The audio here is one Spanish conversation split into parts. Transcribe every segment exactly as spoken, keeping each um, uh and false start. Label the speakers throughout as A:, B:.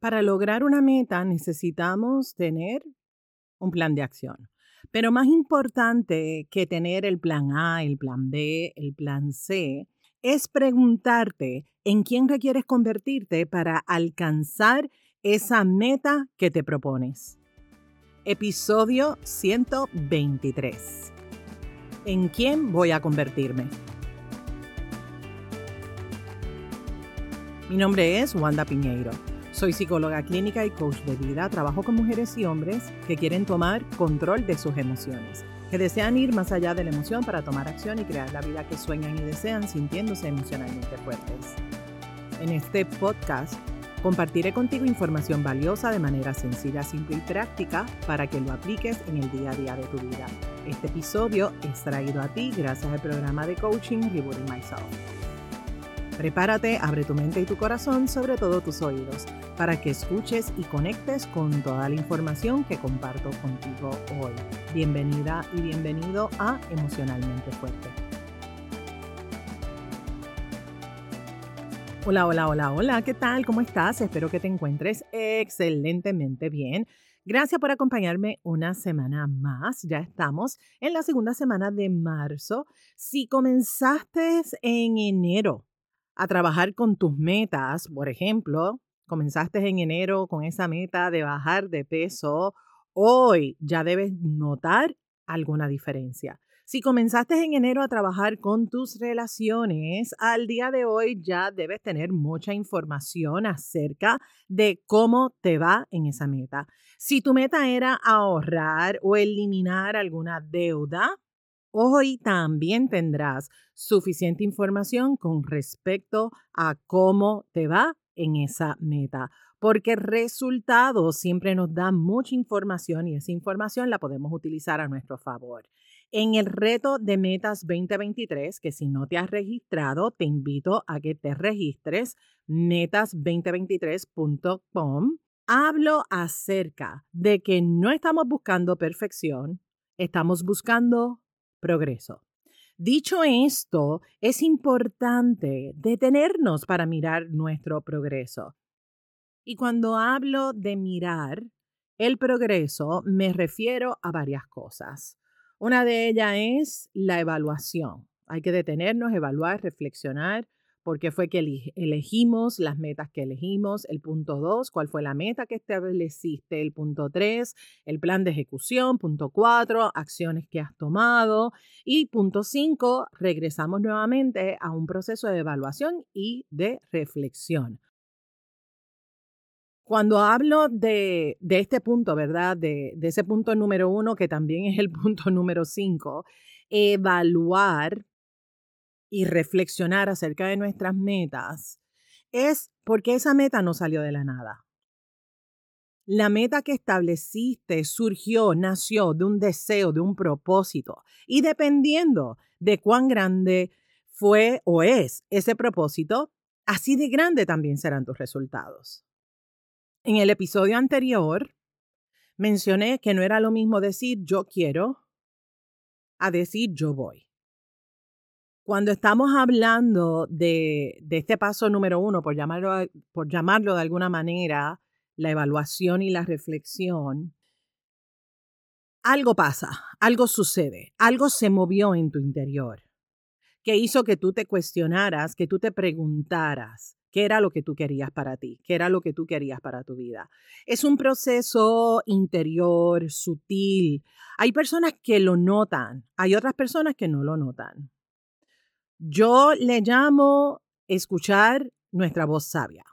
A: Para lograr una meta necesitamos tener un plan de acción. Pero más importante que tener el plan A, el plan B, el plan C, es preguntarte en quién requieres convertirte para alcanzar esa meta que te propones. Episodio ciento veintitrés. ¿En quién voy a convertirme? Mi nombre es Wanda Piñeiro. Soy psicóloga clínica y coach de vida. Trabajo con mujeres y hombres que quieren tomar control de sus emociones, que desean ir más allá de la emoción para tomar acción y crear la vida que sueñan y desean sintiéndose emocionalmente fuertes. En este podcast compartiré contigo información valiosa de manera sencilla, simple y práctica para que lo apliques en el día a día de tu vida. Este episodio es traído a ti gracias al programa de coaching Rebooting Myself. Prepárate, abre tu mente y tu corazón, sobre todo tus oídos, para que escuches y conectes con toda la información que comparto contigo hoy. Bienvenida y bienvenido a Emocionalmente Fuerte. Hola, hola, hola, hola, ¿qué tal? ¿Cómo estás? Espero que te encuentres excelentemente bien. Gracias por acompañarme una semana más. Ya estamos en la segunda semana de marzo. Si comenzaste en enero a trabajar con tus metas, por ejemplo, comenzaste en enero con esa meta de bajar de peso, hoy ya debes notar alguna diferencia. Si comenzaste en enero a trabajar con tus relaciones, al día de hoy ya debes tener mucha información acerca de cómo te va en esa meta. Si tu meta era ahorrar o eliminar alguna deuda, hoy también tendrás suficiente información con respecto a cómo te va en esa meta, porque el resultado siempre nos da mucha información y esa información la podemos utilizar a nuestro favor. En el reto de metas veinte veintitrés, que si no te has registrado, te invito a que te registres, metas veinte veintitrés punto com, hablo acerca de que no estamos buscando perfección, estamos buscando progreso. Dicho esto, es importante detenernos para mirar nuestro progreso. Y cuando hablo de mirar el progreso, me refiero a varias cosas. Una de ellas es la evaluación. Hay que detenernos, evaluar, reflexionar por qué fue que elegimos las metas que elegimos. El punto dos, cuál fue la meta que estableciste. El punto tres, el plan de ejecución. Punto cuatro, acciones que has tomado. Y punto cinco, regresamos nuevamente a un proceso de evaluación y de reflexión. Cuando hablo de, de este punto, ¿verdad? De, de ese punto número uno, que también es el punto número cinco, evaluar y reflexionar acerca de nuestras metas, es porque esa meta no salió de la nada. La meta que estableciste surgió, nació de un deseo, de un propósito. Y dependiendo de cuán grande fue o es ese propósito, así de grande también serán tus resultados. En el episodio anterior mencioné que no era lo mismo decir yo quiero a decir yo voy. Cuando estamos hablando de, de este paso número uno, por llamarlo, por llamarlo de alguna manera, la evaluación y la reflexión, algo pasa, algo sucede, algo se movió en tu interior que hizo que tú te cuestionaras, que tú te preguntaras qué era lo que tú querías para ti, qué era lo que tú querías para tu vida. Es un proceso interior, sutil. Hay personas que lo notan, hay otras personas que no lo notan. Yo le llamo escuchar nuestra voz sabia.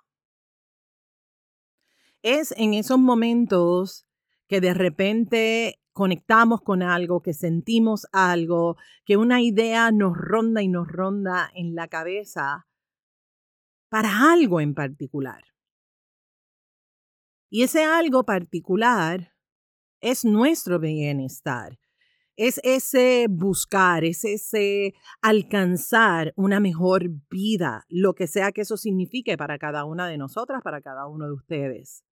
A: Es en esos momentos que de repente conectamos con algo, que sentimos algo, que una idea nos ronda y nos ronda en la cabeza para algo en particular. Y ese algo particular es nuestro bienestar. Es ese buscar, es ese alcanzar una mejor vida, lo que sea que eso signifique para cada una de nosotras, para cada uno de ustedes.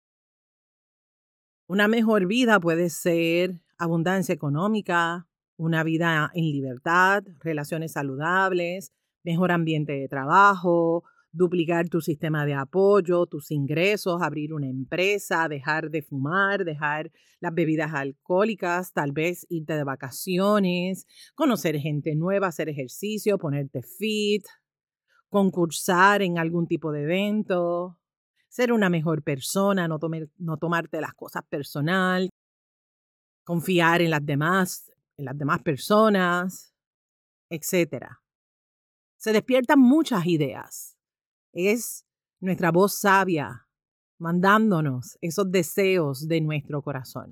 A: Una mejor vida puede ser abundancia económica, una vida en libertad, relaciones saludables, mejor ambiente de trabajo, duplicar tu sistema de apoyo, tus ingresos, abrir una empresa, dejar de fumar, dejar las bebidas alcohólicas, tal vez irte de vacaciones, conocer gente nueva, hacer ejercicio, ponerte fit, concursar en algún tipo de evento, ser una mejor persona, no, tomer, no tomarte las cosas personal, confiar en las demás, en las demás personas, etcétera. Se despiertan muchas ideas. Es nuestra voz sabia mandándonos esos deseos de nuestro corazón.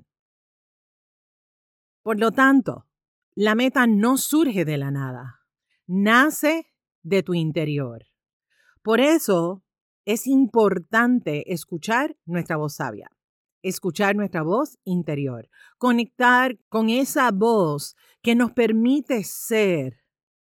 A: Por lo tanto, la meta no surge de la nada, nace de tu interior. Por eso es importante escuchar nuestra voz sabia, escuchar nuestra voz interior, conectar con esa voz que nos permite ser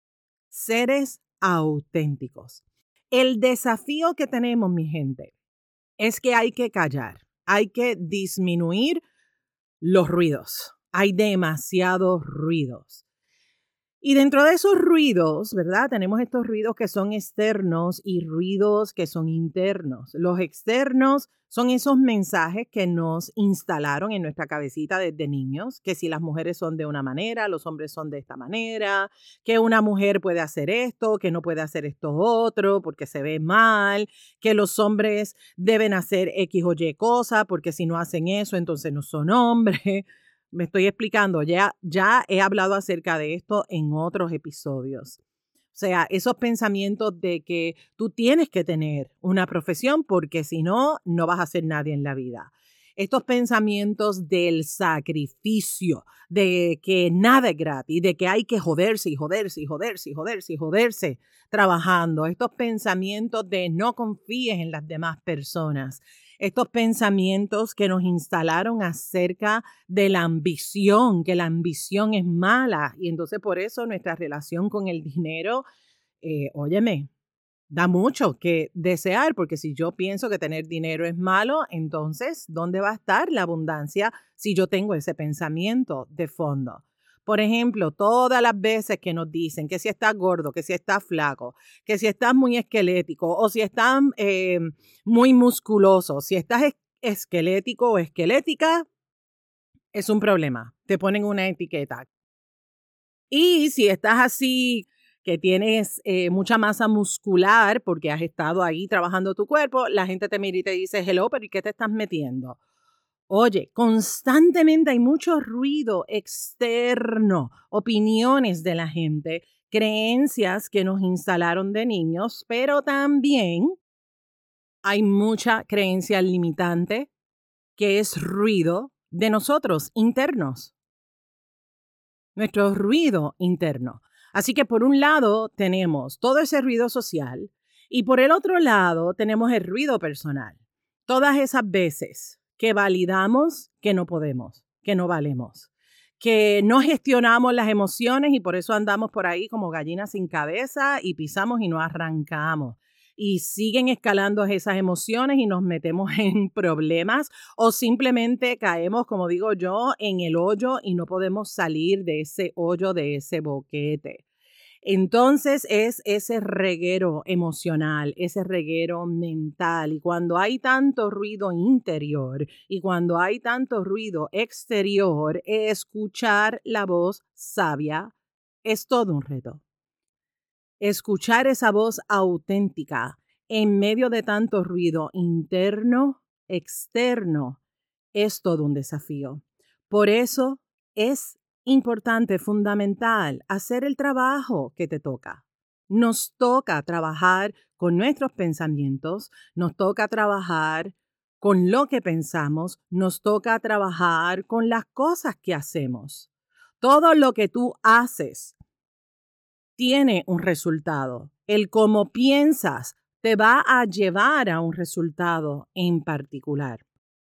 A: seres auténticos. El desafío que tenemos, mi gente, es que hay que callar, hay que disminuir los ruidos. Hay demasiados ruidos. Y dentro de esos ruidos, ¿verdad? Tenemos estos ruidos que son externos y ruidos que son internos. Los externos son esos mensajes que nos instalaron en nuestra cabecita desde niños, que si las mujeres son de una manera, los hombres son de esta manera, que una mujer puede hacer esto, que no puede hacer esto otro porque se ve mal, que los hombres deben hacer X o Y cosa porque si no hacen eso, entonces no son hombres. Me estoy explicando, ya, ya he hablado acerca de esto en otros episodios. O sea, esos pensamientos de que tú tienes que tener una profesión porque si no, no vas a ser nadie en la vida. Estos pensamientos del sacrificio, de que nada es gratis, de que hay que joderse y joderse y joderse y joderse y joderse trabajando. Estos pensamientos de no confíes en las demás personas. Estos pensamientos que nos instalaron acerca de la ambición, que la ambición es mala y entonces por eso nuestra relación con el dinero, eh, óyeme, da mucho que desear, porque si yo pienso que tener dinero es malo, entonces, ¿dónde va a estar la abundancia si yo tengo ese pensamiento de fondo? Por ejemplo, todas las veces que nos dicen que si estás gordo, que si estás flaco, que si estás muy esquelético o si estás eh, muy musculoso, si estás es- esquelético o esquelética, es un problema. Te ponen una etiqueta. Y si estás así, que tienes eh, mucha masa muscular porque has estado ahí trabajando tu cuerpo, la gente te mira y te dice, hello, pero ¿y qué te estás metiendo? Oye, constantemente hay mucho ruido externo, opiniones de la gente, creencias que nos instalaron de niños, pero también hay mucha creencia limitante que es ruido de nosotros internos, nuestro ruido interno. Así que por un lado tenemos todo ese ruido social y por el otro lado tenemos el ruido personal. Todas esas veces que validamos que no podemos, que no valemos, que no gestionamos las emociones y por eso andamos por ahí como gallinas sin cabeza y pisamos y no arrancamos. Y siguen escalando esas emociones y nos metemos en problemas o simplemente caemos, como digo yo, en el hoyo y no podemos salir de ese hoyo, de ese boquete. Entonces es ese reguero emocional, ese reguero mental. Y cuando hay tanto ruido interior y cuando hay tanto ruido exterior, escuchar la voz sabia es todo un reto. Escuchar esa voz auténtica en medio de tanto ruido interno, externo, es todo un desafío. Por eso es importante, fundamental, hacer el trabajo que te toca. Nos toca trabajar con nuestros pensamientos, nos toca trabajar con lo que pensamos, nos toca trabajar con las cosas que hacemos. Todo lo que tú haces tiene un resultado. El cómo piensas te va a llevar a un resultado en particular.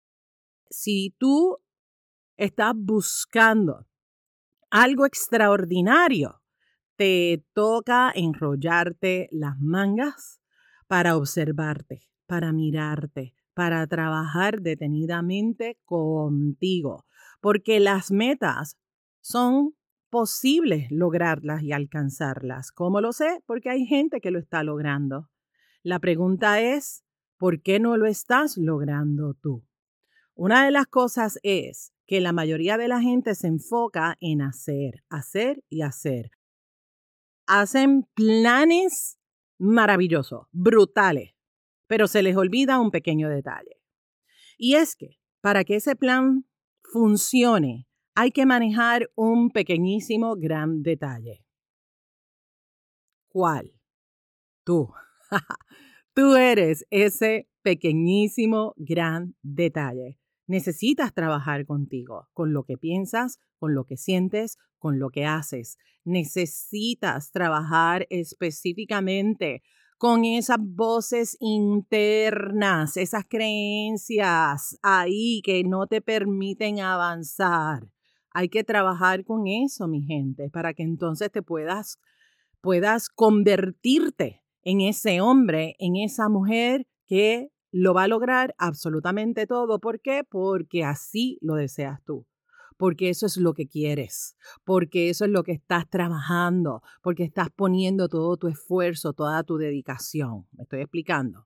A: Si tú estás buscando algo extraordinario, te toca enrollarte las mangas para observarte, para mirarte, para trabajar detenidamente contigo, porque las metas son posibles lograrlas y alcanzarlas. ¿Cómo lo sé? Porque hay gente que lo está logrando. La pregunta es, ¿por qué no lo estás logrando tú? Una de las cosas es que la mayoría de la gente se enfoca en hacer, hacer y hacer. Hacen planes maravillosos, brutales, pero se les olvida un pequeño detalle. Y es que para que ese plan funcione, hay que manejar un pequeñísimo gran detalle. ¿Cuál? Tú. Tú eres ese pequeñísimo gran detalle. Necesitas trabajar contigo, con lo que piensas, con lo que sientes, con lo que haces. Necesitas trabajar específicamente con esas voces internas, esas creencias ahí que no te permiten avanzar. Hay que trabajar con eso, mi gente, para que entonces te puedas, puedas convertirte en ese hombre, en esa mujer que lo va a lograr absolutamente todo. ¿Por qué? Porque así lo deseas tú. Porque eso es lo que quieres, porque eso es lo que estás trabajando, porque estás poniendo todo tu esfuerzo, toda tu dedicación. ¿Me estoy explicando?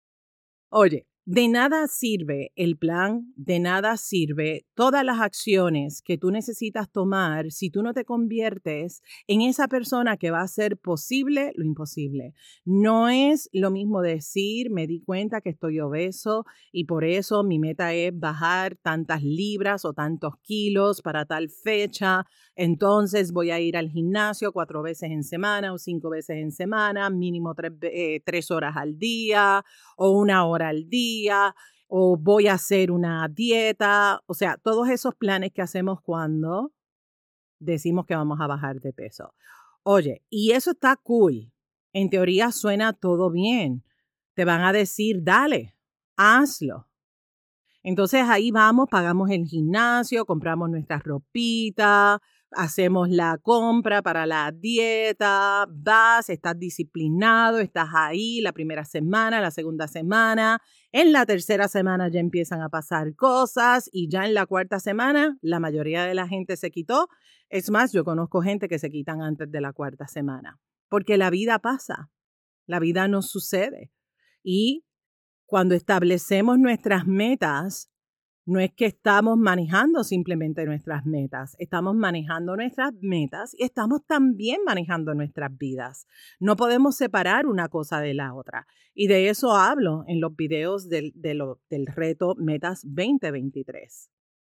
A: Oye, de nada sirve el plan, de nada sirve todas las acciones que tú necesitas tomar si tú no te conviertes en esa persona que va a hacer posible lo imposible. No es lo mismo decir, me di cuenta que estoy obeso y por eso mi meta es bajar tantas libras o tantos kilos para tal fecha. Entonces voy a ir al gimnasio cuatro veces en semana o cinco veces en semana, mínimo tres, eh, tres horas al día o una hora al día, o voy a hacer una dieta, o sea, todos esos planes que hacemos cuando decimos que vamos a bajar de peso. Oye, y eso está cool. En teoría suena todo bien. Te van a decir, dale, hazlo. Entonces ahí vamos, pagamos el gimnasio, compramos nuestras ropitas, hacemos la compra para la dieta, vas, estás disciplinado, estás ahí la primera semana, la segunda semana, en la tercera semana ya empiezan a pasar cosas y ya en la cuarta semana la mayoría de la gente se quitó. Es más, yo conozco gente que se quitan antes de la cuarta semana, porque la vida pasa, la vida nos sucede y cuando establecemos nuestras metas, no es que estamos manejando simplemente nuestras metas, estamos manejando nuestras metas y estamos también manejando nuestras vidas. No podemos separar una cosa de la otra. Y de eso hablo en los videos del, de lo, del reto Metas veinte veintitrés.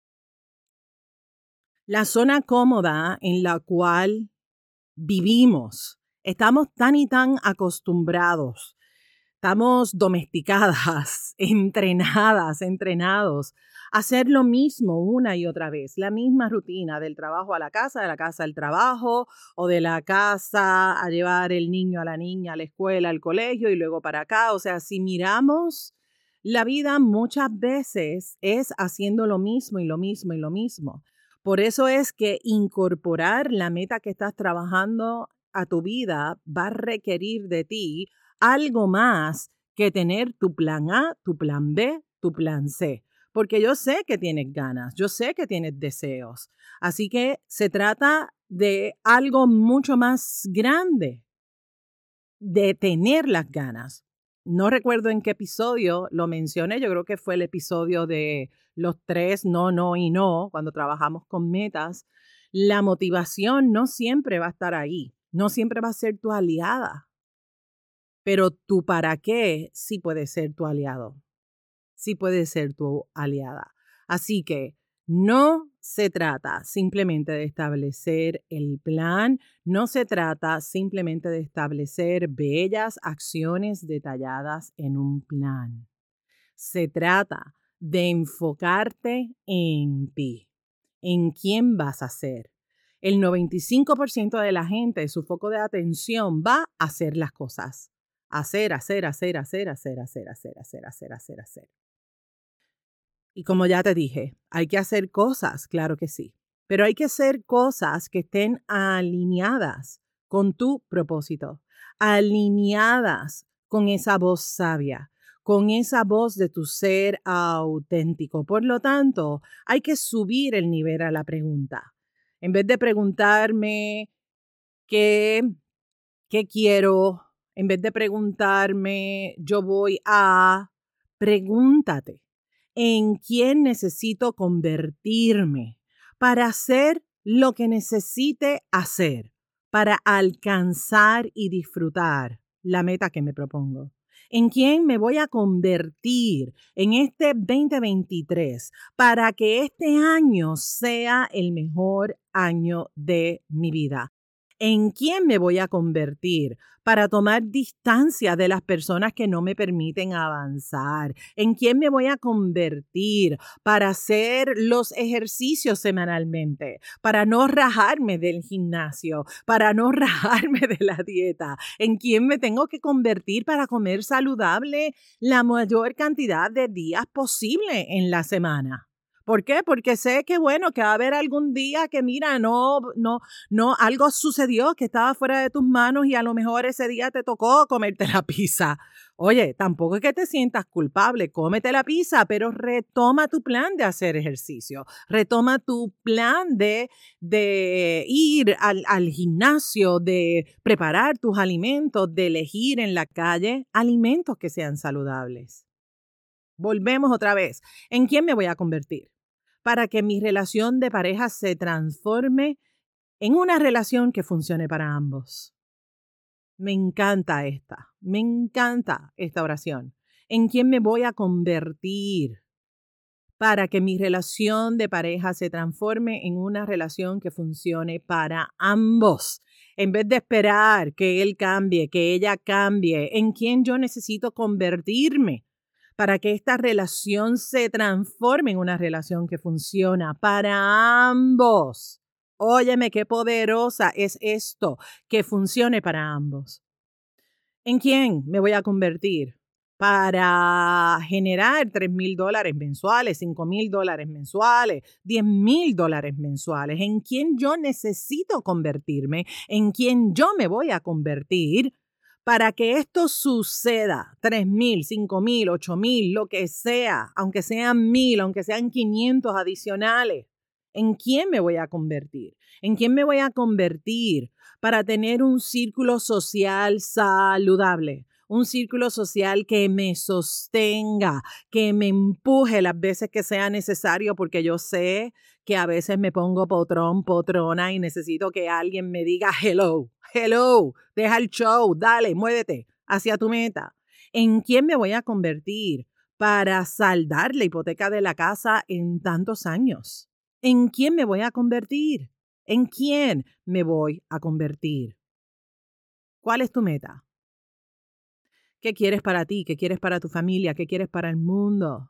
A: La zona cómoda en la cual vivimos, estamos tan y tan acostumbrados. Estamos domesticadas, entrenadas, entrenados a hacer lo mismo una y otra vez, la misma rutina del trabajo a la casa, de la casa al trabajo o de la casa a llevar el niño a la niña a la escuela, al colegio y luego para acá. O sea, si miramos la vida muchas veces es haciendo lo mismo y lo mismo y lo mismo. Por eso es que incorporar la meta que estás trabajando a tu vida va a requerir de ti algo más que tener tu plan A, tu plan B, tu plan C. Porque yo sé que tienes ganas, yo sé que tienes deseos. Así que se trata de algo mucho más grande, de tener las ganas. No recuerdo en qué episodio lo mencioné, yo creo que fue el episodio de los tres no, no y no, cuando trabajamos con metas. La motivación no siempre va a estar ahí, no siempre va a ser tu aliada. Pero tu para qué sí puede ser tu aliado, sí puede ser tu aliada. Así que no se trata simplemente de establecer el plan, no se trata simplemente de establecer bellas acciones detalladas en un plan. Se trata de enfocarte en ti, en quién vas a ser. El noventa y cinco por ciento de la gente, su foco de atención va a hacer las cosas. Hacer, hacer, hacer, hacer, hacer, hacer, hacer, hacer, hacer, hacer, hacer. Y como ya te dije, hay que hacer cosas, claro que sí, pero hay que hacer cosas que estén alineadas con tu propósito, alineadas con esa voz sabia, con esa voz de tu ser auténtico. Por lo tanto, hay que subir el nivel a la pregunta. En vez de preguntarme qué, qué quiero, En vez de preguntarme, yo voy a, pregúntate, ¿en quién necesito convertirme para hacer lo que necesite hacer, para alcanzar y disfrutar la meta que me propongo? ¿En quién me voy a convertir en este veinte veintitrés para que este año sea el mejor año de mi vida? ¿En quién me voy a convertir para tomar distancia de las personas que no me permiten avanzar? ¿En quién me voy a convertir para hacer los ejercicios semanalmente? Para no rajarme del gimnasio, para no rajarme de la dieta. ¿En quién me tengo que convertir para comer saludable la mayor cantidad de días posible en la semana? ¿Por qué? Porque sé que, bueno, que va a haber algún día que, mira, no, no, no, algo sucedió que estaba fuera de tus manos y a lo mejor ese día te tocó comerte la pizza. Oye, tampoco es que te sientas culpable, cómete la pizza, pero retoma tu plan de hacer ejercicio, retoma tu plan de, de ir al, al gimnasio, de preparar tus alimentos, de elegir en la calle alimentos que sean saludables. Volvemos otra vez. ¿En quién me voy a convertir? Para que mi relación de pareja se transforme en una relación que funcione para ambos. Me encanta esta, me encanta esta oración. ¿En quién me voy a convertir para que mi relación de pareja se transforme en una relación que funcione para ambos? En vez de esperar que él cambie, que ella cambie, ¿en quién yo necesito convertirme para que esta relación se transforme en una relación que funciona para ambos? Óyeme, qué poderosa es esto, que funcione para ambos. ¿En quién me voy a convertir para generar tres mil dólares mensuales, cinco mil dólares mensuales, diez mil dólares mensuales? ¿En quién yo necesito convertirme? ¿En quién yo me voy a convertir para que esto suceda? tres mil, cinco mil, ocho mil, lo que sea, aunque sean mil, aunque sean quinientos adicionales. ¿En quién me voy a convertir? ¿En quién me voy a convertir para tener un círculo social saludable? Un círculo social que me sostenga, que me empuje las veces que sea necesario, porque yo sé que a veces me pongo potrón, potrona y necesito que alguien me diga hello, hello, deja el show, dale, muévete hacia tu meta. ¿En quién me voy a convertir para saldar la hipoteca de la casa en tantos años? ¿En quién me voy a convertir? ¿En quién me voy a convertir? ¿Cuál es tu meta? ¿Qué quieres para ti? ¿Qué quieres para tu familia? ¿Qué quieres para el mundo?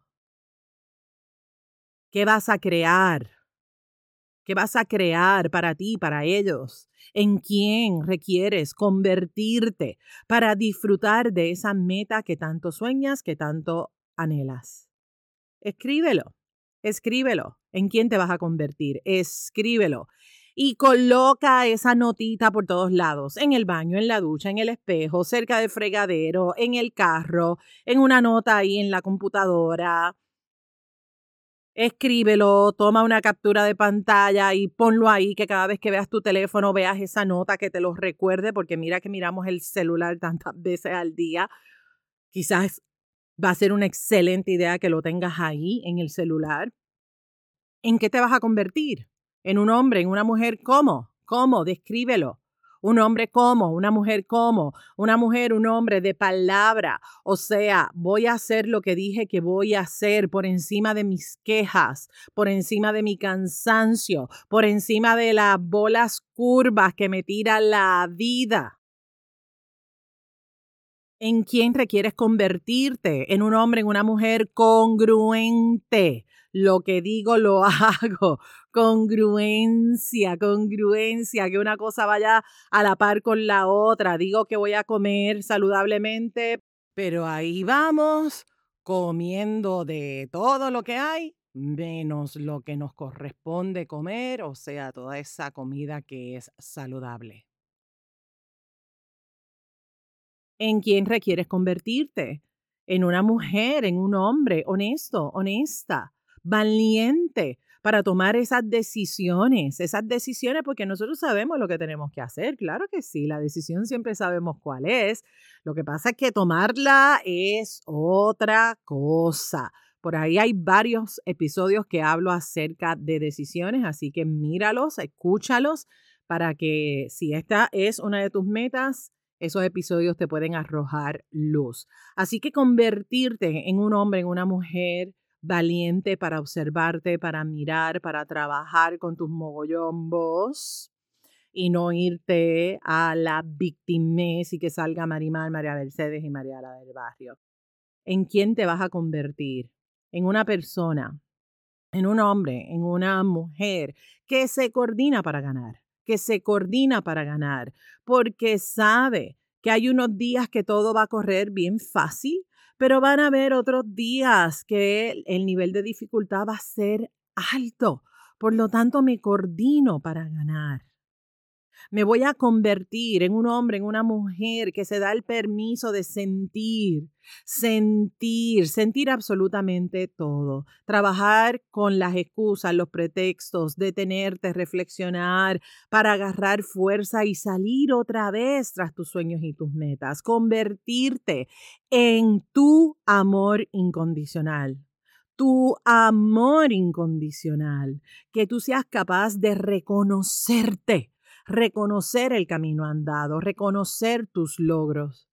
A: ¿Qué vas a crear? ¿Qué vas a crear para ti, para ellos? ¿En quién requieres convertirte para disfrutar de esa meta que tanto sueñas, que tanto anhelas? Escríbelo, escríbelo. ¿En quién te vas a convertir? Escríbelo. Y coloca esa notita por todos lados, en el baño, en la ducha, en el espejo, cerca del fregadero, en el carro, en una nota ahí en la computadora. Escríbelo, toma una captura de pantalla y ponlo ahí, que cada vez que veas tu teléfono veas esa nota, que te lo recuerde, porque mira que miramos el celular tantas veces al día. Quizás va a ser una excelente idea que lo tengas ahí en el celular. ¿En qué te vas a convertir? ¿En un hombre, en una mujer? ¿Cómo? ¿Cómo? Descríbelo. Un hombre como, una mujer como, una mujer, un hombre de palabra. O sea, voy a hacer lo que dije que voy a hacer por encima de mis quejas, por encima de mi cansancio, por encima de las bolas curvas que me tira la vida. ¿En quién requieres convertirte? En un hombre, en una mujer congruente. Lo que digo lo hago. Congruencia, congruencia, que una cosa vaya a la par con la otra. Digo que voy a comer saludablemente, pero ahí vamos comiendo de todo lo que hay, menos lo que nos corresponde comer, o sea, toda esa comida que es saludable. ¿En quién requieres convertirte? En una mujer, en un hombre honesto, honesta, valiente, para tomar esas decisiones, esas decisiones porque nosotros sabemos lo que tenemos que hacer, claro que sí, la decisión siempre sabemos cuál es, lo que pasa es que tomarla es otra cosa. Por ahí hay varios episodios que hablo acerca de decisiones, así que míralos, escúchalos para que si esta es una de tus metas, esos episodios te pueden arrojar luz. Así que convertirte en un hombre, en una mujer valiente para observarte, para mirar, para trabajar con tus mogollombos y no irte a la victimez y que salga Marimar, María Mercedes y María la del barrio. ¿En quién te vas a convertir? En una persona, en un hombre, en una mujer que se coordina para ganar, que se coordina para ganar, porque sabe que hay unos días que todo va a correr bien fácil, pero van a haber otros días que el nivel de dificultad va a ser alto. Por lo tanto, me coordino para ganar. Me voy a convertir en un hombre, en una mujer que se da el permiso de sentir, sentir, sentir absolutamente todo. Trabajar con las excusas, los pretextos, detenerte, reflexionar para agarrar fuerza y salir otra vez tras tus sueños y tus metas. Convertirte en tu amor incondicional. Tu amor incondicional. Que tú seas capaz de reconocerte. Reconocer el camino andado, reconocer tus logros,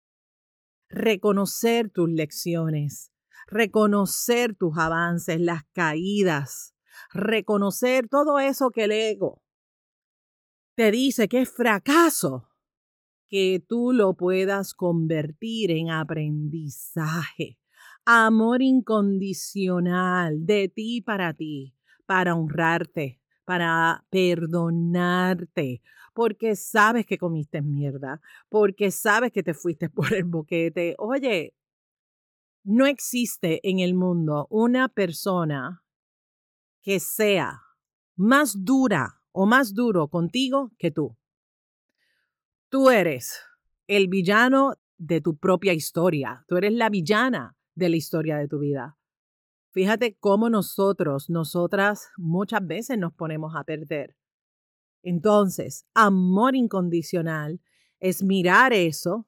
A: reconocer tus lecciones, reconocer tus avances, las caídas, reconocer todo eso que el ego te dice que es fracaso, que tú lo puedas convertir en aprendizaje, amor incondicional de ti para ti, para honrarte, para perdonarte, porque sabes que comiste mierda, porque sabes que te fuiste por el boquete. Oye, no existe en el mundo una persona que sea más dura o más duro contigo que tú. Tú eres el villano de tu propia historia. Tú eres la villana de la historia de tu vida. Fíjate cómo nosotros, nosotras muchas veces nos ponemos a perder. Entonces, amor incondicional es mirar eso,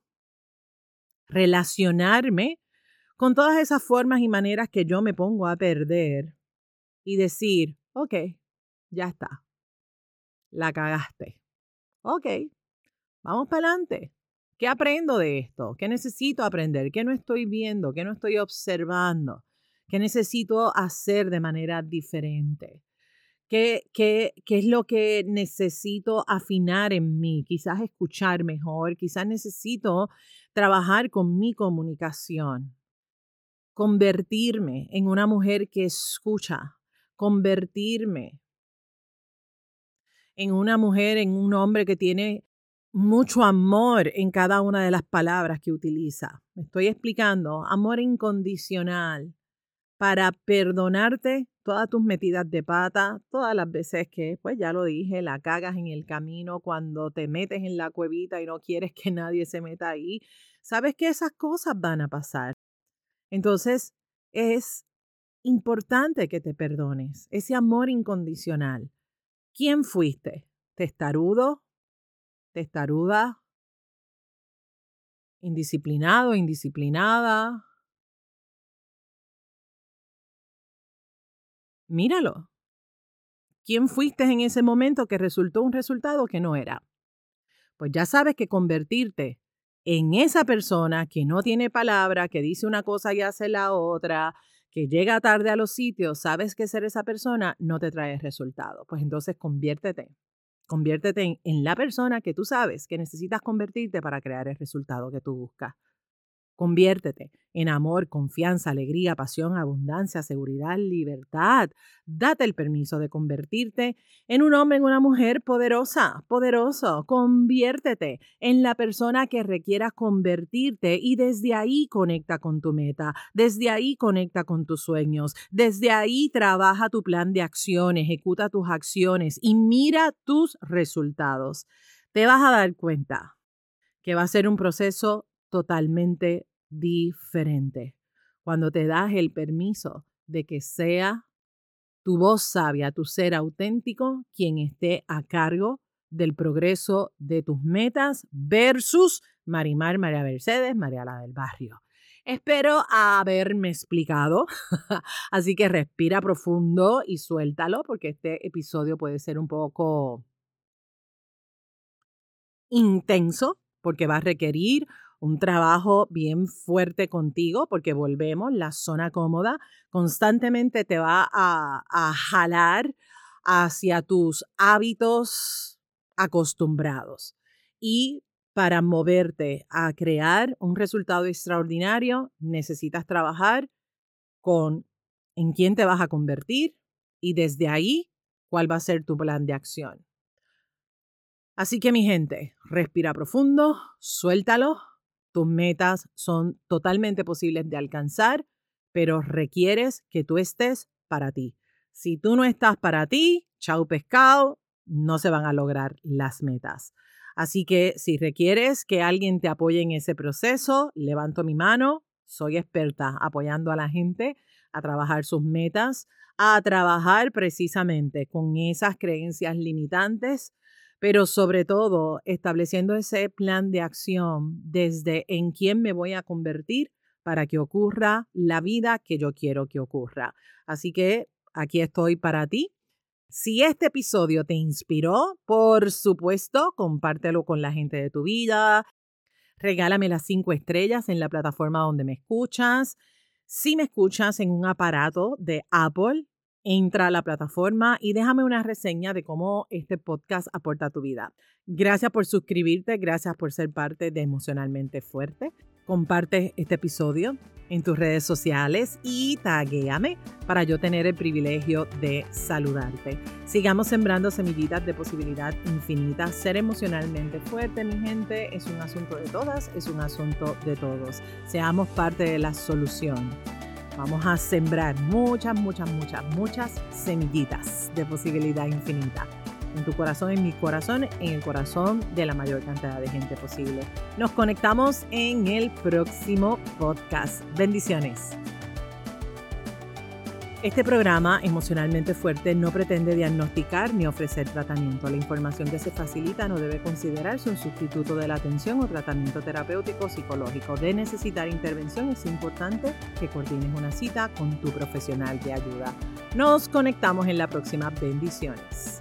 A: relacionarme con todas esas formas y maneras que yo me pongo a perder y decir, ok, ya está, la cagaste. Ok, vamos para adelante. ¿Qué aprendo de esto? ¿Qué necesito aprender? ¿Qué no estoy viendo? ¿Qué no estoy observando? ¿Qué necesito hacer de manera diferente? ¿Qué, qué, ¿Qué es lo que necesito afinar en mí? Quizás escuchar mejor, quizás necesito trabajar con mi comunicación, convertirme en una mujer que escucha, convertirme en una mujer, en un hombre que tiene mucho amor en cada una de las palabras que utiliza. Me estoy explicando, amor incondicional para perdonarte todas tus metidas de pata, todas las veces que, pues ya lo dije, la cagas en el camino, cuando te metes en la cuevita y no quieres que nadie se meta ahí. Sabes que esas cosas van a pasar. Entonces, es importante que te perdones, ese amor incondicional. ¿Quién fuiste? ¿Testarudo? ¿Testaruda? ¿Indisciplinado? ¿Indisciplinada? Míralo. ¿Quién fuiste en ese momento que resultó un resultado que no era? Pues ya sabes que convertirte en esa persona que no tiene palabra, que dice una cosa y hace la otra, que llega tarde a los sitios, sabes que ser esa persona no te trae resultado. Pues entonces conviértete. Conviértete en, en la persona que tú sabes que necesitas convertirte para crear el resultado que tú buscas. Conviértete en amor, confianza, alegría, pasión, abundancia, seguridad, libertad. Date el permiso de convertirte en un hombre, en una mujer poderosa, poderoso. Conviértete en la persona que requieras convertirte y desde ahí conecta con tu meta, desde ahí conecta con tus sueños, desde ahí trabaja tu plan de acción, ejecuta tus acciones y mira tus resultados. Te vas a dar cuenta que va a ser un proceso totalmente diferente cuando te das el permiso de que sea tu voz sabia, tu ser auténtico, quien esté a cargo del progreso de tus metas versus Marimar, María Mercedes, María la del barrio. Espero haberme explicado, así que respira profundo y suéltalo porque este episodio puede ser un poco intenso porque va a requerir un trabajo bien fuerte contigo porque volvemos, la zona cómoda constantemente te va a, a jalar hacia tus hábitos acostumbrados. Y para moverte a crear un resultado extraordinario, necesitas trabajar con en quién te vas a convertir y desde ahí, cuál va a ser tu plan de acción. Así que mi gente, respira profundo, suéltalo. Tus metas son totalmente posibles de alcanzar, pero requieres que tú estés para ti. Si tú no estás para ti, chau pescado, no se van a lograr las metas. Así que si requieres que alguien te apoye en ese proceso, levanto mi mano. Soy experta apoyando a la gente a trabajar sus metas, a trabajar precisamente con esas creencias limitantes, pero sobre todo estableciendo ese plan de acción desde en quién me voy a convertir para que ocurra la vida que yo quiero que ocurra. Así que aquí estoy para ti. Si este episodio te inspiró, por supuesto, compártelo con la gente de tu vida. Regálame las cinco estrellas en la plataforma donde me escuchas. Si me escuchas en un aparato de Apple, entra a la plataforma y déjame una reseña de cómo este podcast aporta a tu vida. Gracias por suscribirte, gracias por ser parte de Emocionalmente Fuerte. Comparte este episodio en tus redes sociales y taguéame para yo tener el privilegio de saludarte. Sigamos sembrando semillitas de posibilidad infinita. Ser emocionalmente fuerte, mi gente, es un asunto de todas, es un asunto de todos. Seamos parte de la solución. Vamos a sembrar muchas, muchas, muchas, muchas semillitas de posibilidad infinita. En tu corazón, en mi corazón, en el corazón de la mayor cantidad de gente posible. Nos conectamos en el próximo podcast. Bendiciones. Este programa Emocionalmente Fuerte no pretende diagnosticar ni ofrecer tratamiento. La información que se facilita no debe considerarse un sustituto de la atención o tratamiento terapéutico o psicológico. De necesitar intervención, es importante que coordines una cita con tu profesional de ayuda. Nos conectamos en la próxima. Bendiciones.